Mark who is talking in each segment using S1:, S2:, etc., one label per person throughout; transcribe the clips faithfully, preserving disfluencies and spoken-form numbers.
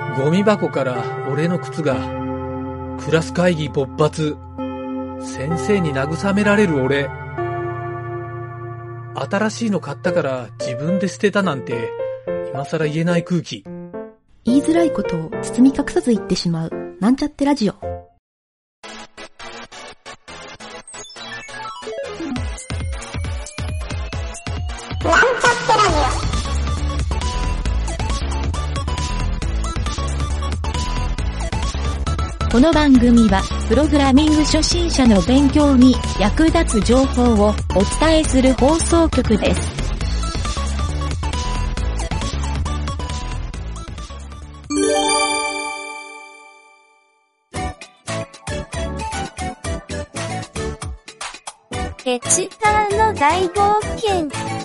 S1: ゴミ箱から俺の靴が。クラス会議勃発。先生に慰められる俺。新しいの買ったから自分で捨てたなんて今更言えない空気。
S2: 言いづらいことを包み隠さず言ってしまうなんちゃってラジオ。この番組はプログラミング初心者の勉強に役立つ情報をお伝えする放送局です。
S3: エチターの大冒険。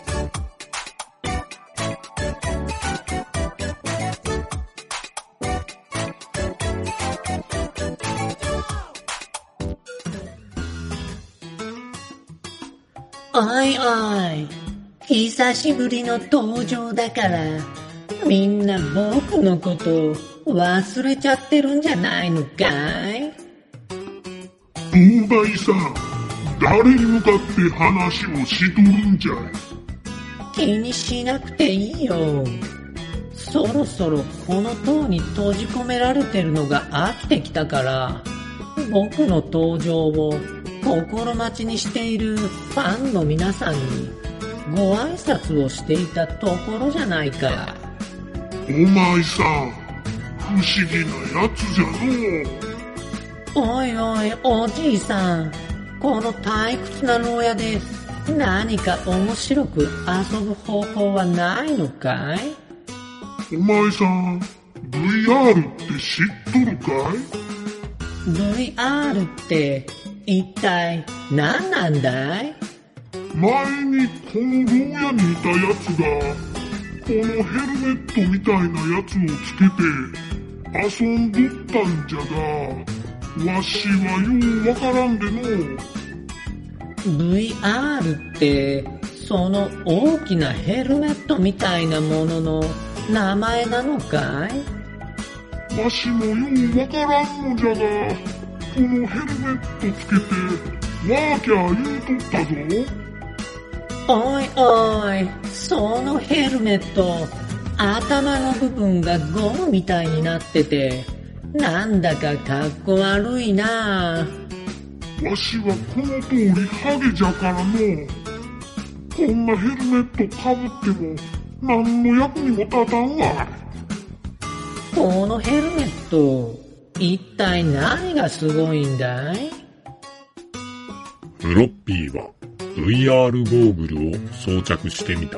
S4: おいおい、久しぶりの登場だから、みんな僕のこと忘れちゃってるんじゃないのかい？
S5: 東大さん、誰に向かって話をしとるんじゃい？
S4: 気にしなくていいよ。そろそろこの塔に閉じ込められてるのが飽きてきたから、僕の登場を心待ちにしているファンの皆さんにご挨拶をしていたところじゃないか。
S5: お前さん、不思議なやつじゃのう。
S4: おいおい、おじいさん、この退屈な牢屋で何か面白く遊ぶ方法はないのかい？
S5: お前さん、ブイアール って知っとるか
S4: い？ ブイアール って一体何なんだい？
S5: 前にこの牢屋にいたやつが、このヘルメットみたいなやつをつけて遊んどったんじゃが、わしはようわからんでの。
S4: ブイアール って、その大きなヘルメットみたいなものの名前なのかい？
S5: わしもようわからんのじゃが、このヘルメットつけてワーキャー言うとったぞ。
S4: おいおい、そのヘルメット、頭の部分がゴムみたいになってて、なんだかかっこ悪いな。
S5: わしはこの通りハゲじゃからの。こんなヘルメットかぶっても何の役にも立たんわ。
S4: このヘルメット、一体何がすごいんだい？
S6: フロッピーは ブイアール ゴーグルを装着してみた。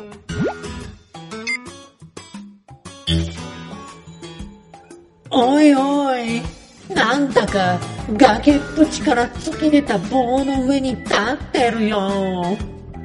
S4: おいおい、なんだか崖っぷちから突き出た棒の上に立ってるよ。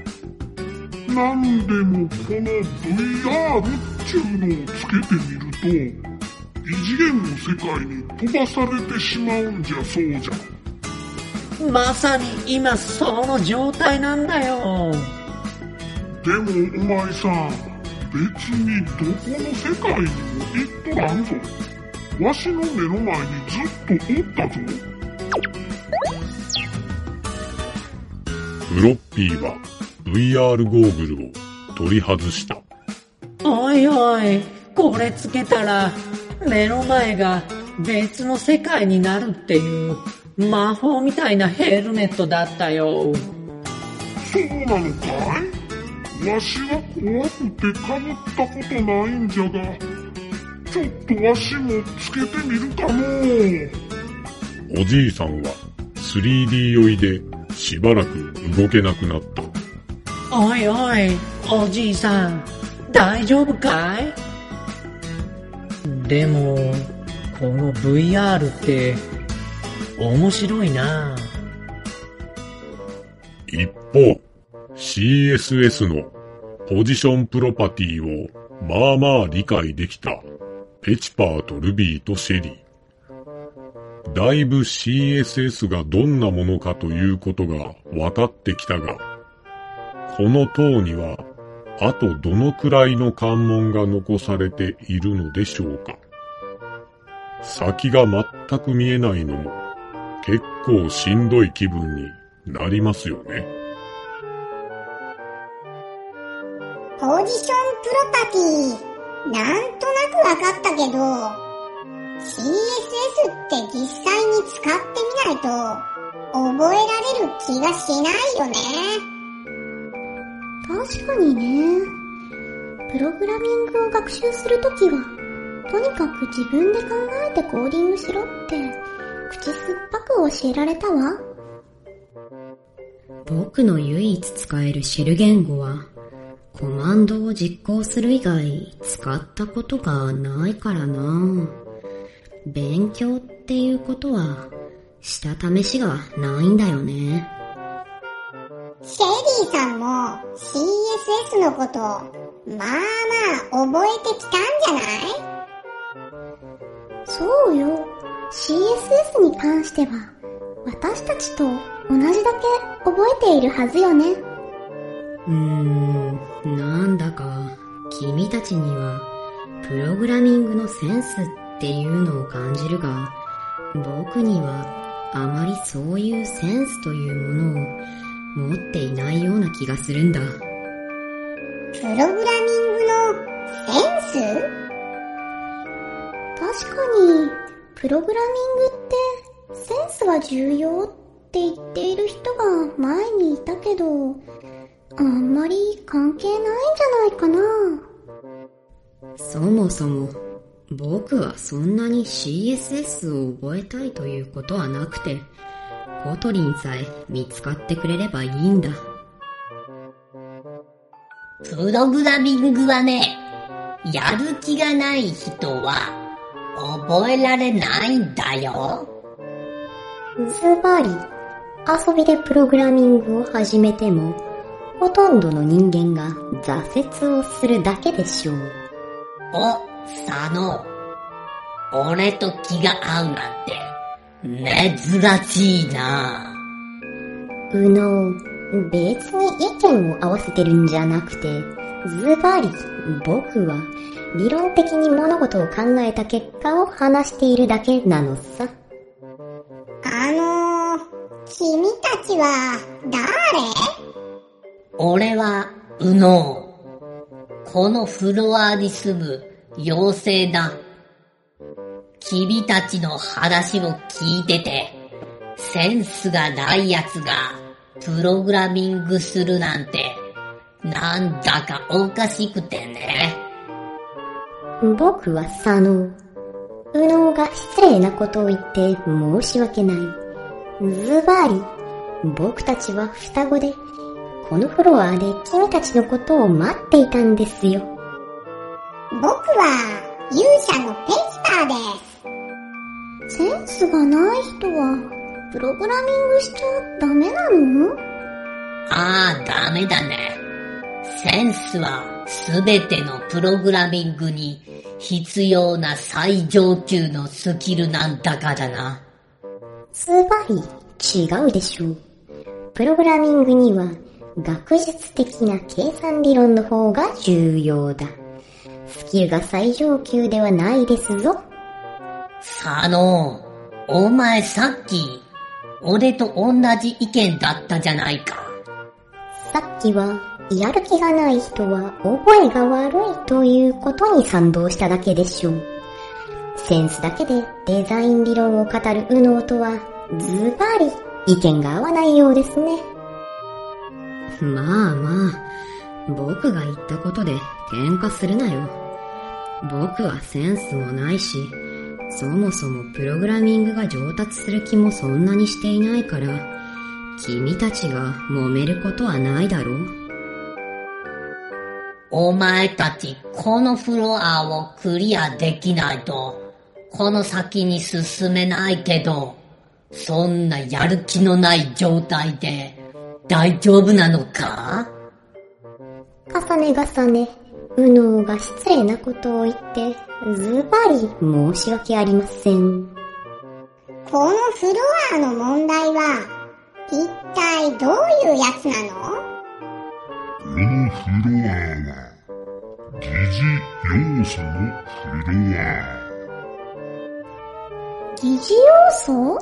S5: なんでもこの ブイアール っちゅうのをつけてみると、異次元の世界に飛ばされてしまうんじゃそうじゃ。
S4: まさに今その状態なんだよ。
S5: でもお前さん、別にどこの世界にも行っとらんぞ。わしの目の前にずっとおったぞ。
S6: フロッピーは ブイアール ゴーグルを取り外した。
S4: おいおい、これつけたら目の前が別の世界になるっていう魔法みたいなヘルメットだったよ。
S5: そうなのかい？わしは怖くてかぶったことないんじゃが、ちょっとわしもつけてみるかの。
S6: おじいさんは スリーディー 酔いでしばらく動けなくなった。
S4: おいおい、おじいさん、大丈夫かい？でも、この ブイアール って面白いな。
S6: 一方、シーエスエス のポジションプロパティをまあまあ理解できたペチパーとルビーとシェリー。だいぶ シーエスエス がどんなものかということが分かってきたが、この塔にはあとどのくらいの関門が残されているのでしょうか。 先が全く見えないのも結構しんどい気分になりますよね。
S7: ポジションプロパティ、なんとなくわかったけど、シーエスエス って実際に使ってみないと覚えられる気がしないよね。
S8: 確かにね。プログラミングを学習するときは、とにかく自分で考えてコーディングしろって口酸っぱく教えられたわ。
S9: 僕の唯一使えるシェル言語はコマンドを実行する以外使ったことがないからな。勉強っていうことはした試しがないんだよね。
S7: シェリーさんも シーエスエス のことまあまあ覚えてきたんじゃない？
S8: そうよ。シーエスエス に関しては私たちと同じだけ覚えているはずよね。
S9: うーん、なんだか君たちにはプログラミングのセンスっていうのを感じるが、僕にはあまりそういうセンスというものを持っていないような気がするんだ。
S7: プログラミングのセンス？
S8: 確かにプログラミングってセンスは重要って言っている人が前にいたけど、あんまり関係ないんじゃないかな。
S9: そもそも僕はそんなに シーエスエス を覚えたいということはなくて、コトリンさえ見つかってくれればいいんだ。
S4: プログラミングはね、やる気がない人は覚えられないんだよ。
S9: ズバリ、遊びでプログラミングを始めても、ほとんどの人間が挫折をするだけでしょう。
S4: お、佐野。俺と気が合うなんて、珍しいな。
S9: うの、別に意見を合わせてるんじゃなくて、ズバリ、僕は理論的に物事を考えた結果を話しているだけなのさ。
S7: あのー、君たちは誰？
S4: 俺は、うの。このフロアに住む妖精だ。君たちの話を聞いてて、センスがない奴がプログラミングするなんて、なんだかおかしくてね。
S9: 僕は佐野。右脳が失礼なことを言って申し訳ない。ズバリ、僕たちは双子で、このフロアで君たちのことを待っていたんですよ。
S7: 僕は勇者のペチパーです。
S8: センスがない人はプログラミングしちゃダメなの？
S4: ああ、ダメだね。センスはすべてのプログラミングに必要な最上級のスキルなんだからな。
S9: ズバリ違うでしょう。プログラミングには学術的な計算理論の方が重要だ。スキルが最上級ではないですぞ。
S4: 佐野、お前さっき俺と同じ意見だったじゃないか。
S9: さっきはやる気がない人は覚えが悪いということに賛同しただけでしょう。センスだけでデザイン理論を語る右脳とはズバリ意見が合わないようですね。まあまあ、僕が言ったことで喧嘩するなよ。僕はセンスもないし、そもそもプログラミングが上達する気もそんなにしていないから、君たちが揉めることはないだろう。
S4: お前たちこのフロアをクリアできないと、この先に進めないけど、そんなやる気のない状態で大丈夫なのか？
S9: 重ね重ね、右脳が失礼なことを言って、ズバリ申し訳ありません。
S7: このフロアの問題は、一体どういうやつなの？
S5: このフロアは、疑似要素のフロア。
S8: 疑似要素？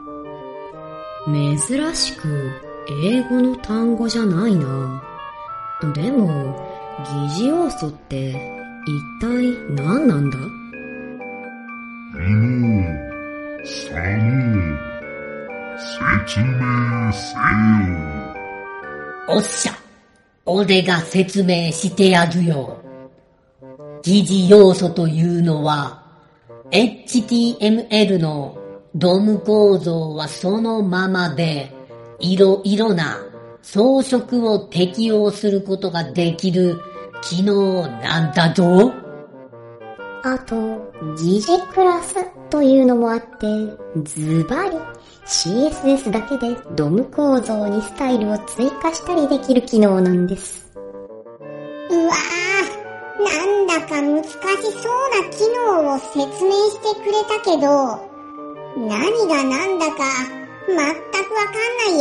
S9: 珍しく英語の単語じゃないな。でも、疑似要素って一体何なんだ？
S5: うのさの説明せよ。
S4: おっしゃ、俺が説明してやるよ。疑似要素というのは、エイチティーエムエル のドム構造はそのままで、いろいろな装飾を適用することができる機能なんだぞ。
S8: あと、疑似クラスというのもあって、ズバリ シーエスエス だけでドム構造にスタイルを追加したりできる機能なんです。
S7: うわー、なんだか難しそうな機能を説明してくれたけど、何がなんだか全くわかんないや。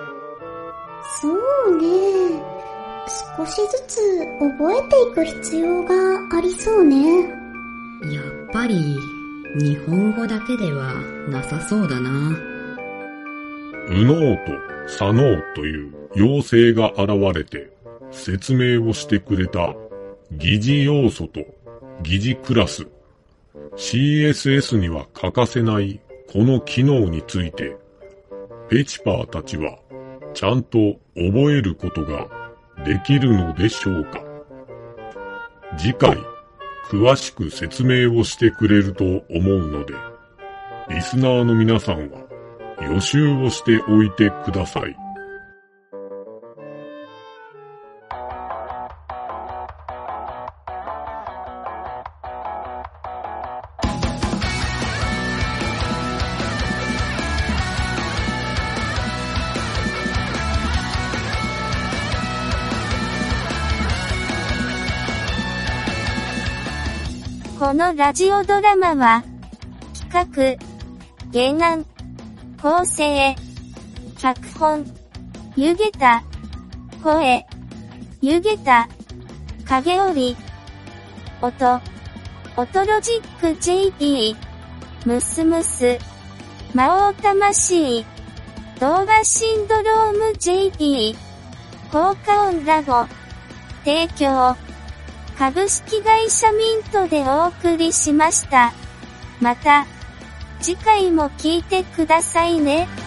S8: そうね。少しずつ覚えていく必要がありそうね。
S9: やっぱり日本語だけではなさそうだな。
S6: 右脳と左脳という妖精が現れて説明をしてくれた疑似要素と疑似クラス シーエスエス には欠かせないこの機能についてペチパーたちはちゃんと覚えることができるのでしょうか。次回詳しく説明をしてくれると思うので、リスナーの皆さんは予習をしておいてください。
S3: このラジオドラマは、企画、原案、構成、脚本、ゆげた、声、ゆげた、影織、音、音ロジック ジェーピー、ムスムス、魔王魂、動画シンドローム ジェーピー、効果音ラボ、提供、株式会社ミントでお送りしました。また、次回も聞いてくださいね。